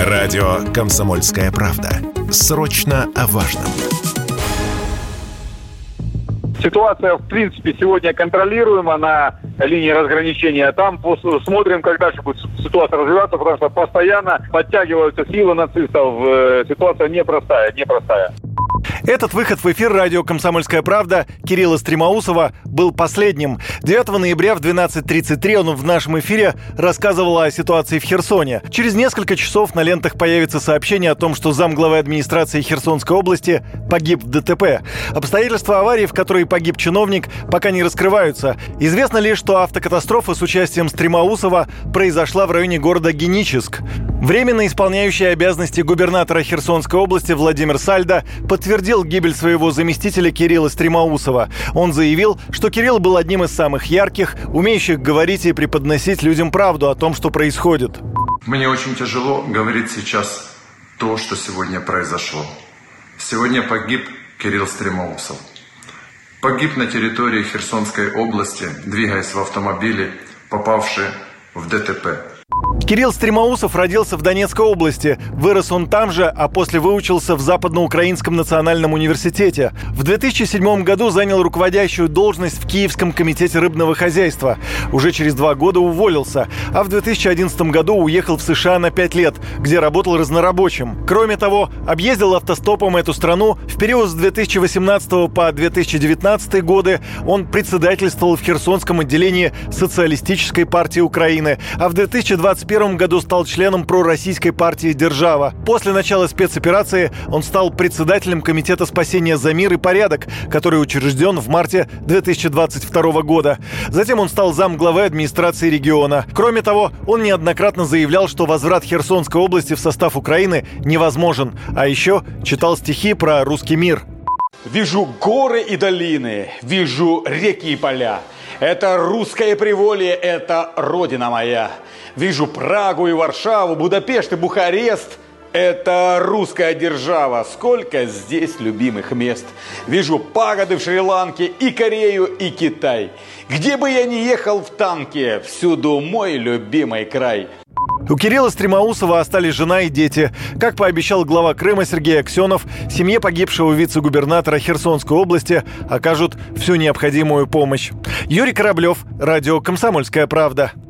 Радио «Комсомольская правда». Срочно о важном. Ситуация, в принципе, сегодня контролируема на линии разграничения. Там смотрим, как дальше будет ситуация развиваться, потому что постоянно подтягиваются силы нацистов. Ситуация непростая. Этот выход в эфир радио «Комсомольская правда» Кирилла Стремоусова был последним. 9 ноября в 12:33 он в нашем эфире рассказывал о ситуации в Херсоне. Через несколько часов на лентах появится сообщение о том, что замглавы администрации Херсонской области погиб в ДТП. Обстоятельства аварии, в которой погиб чиновник, пока не раскрываются. Известно лишь, что автокатастрофа с участием Стремоусова произошла в районе города Геническ. Временно исполняющий обязанности губернатора Херсонской области Владимир Сальдо подтвердил гибель своего заместителя Кирилла Стремоусова. Он заявил, что Кирилл был одним из самых ярких, умеющих говорить и преподносить людям правду о том, что происходит. Мне очень тяжело говорить сейчас то, что сегодня произошло. Сегодня погиб Кирилл Стремоусов. Погиб на территории Херсонской области, двигаясь в автомобиле, попавший в ДТП. Кирилл Стремоусов родился в Донецкой области. Вырос он там же, а после выучился в Западноукраинском национальном университете. В 2007 году занял руководящую должность в Киевском комитете рыбного хозяйства. Уже через 2 года уволился, а в 2011 году уехал в США на 5 лет, где работал разнорабочим. Кроме того, объездил автостопом эту страну. В период с 2018 по 2019 годы он председательствовал в Херсонском отделении Социалистической партии Украины, а в 2021 году стал членом пророссийской партии «Держава». После начала спецоперации он стал председателем Комитета спасения за мир и порядок, который учрежден в марте 2022 года. Затем он стал замглавы администрации региона. Кроме того, он неоднократно заявлял, что возврат Херсонской области в состав Украины невозможен. А еще читал стихи про русский мир. «Вижу горы и долины, вижу реки и поля. Это русское приволье, это родина моя. Вижу Прагу и Варшаву, Будапешт и Бухарест. Это русская держава. Сколько здесь любимых мест. Вижу пагоды в Шри-Ланке и Корею, и Китай. Где бы я ни ехал в танке, всюду мой любимый край». У Кирилла Стремоусова остались жена и дети. Как пообещал глава Крыма Сергей Аксенов, семье погибшего вице-губернатора Херсонской области окажут всю необходимую помощь. Юрий Кораблев, радио «Комсомольская правда».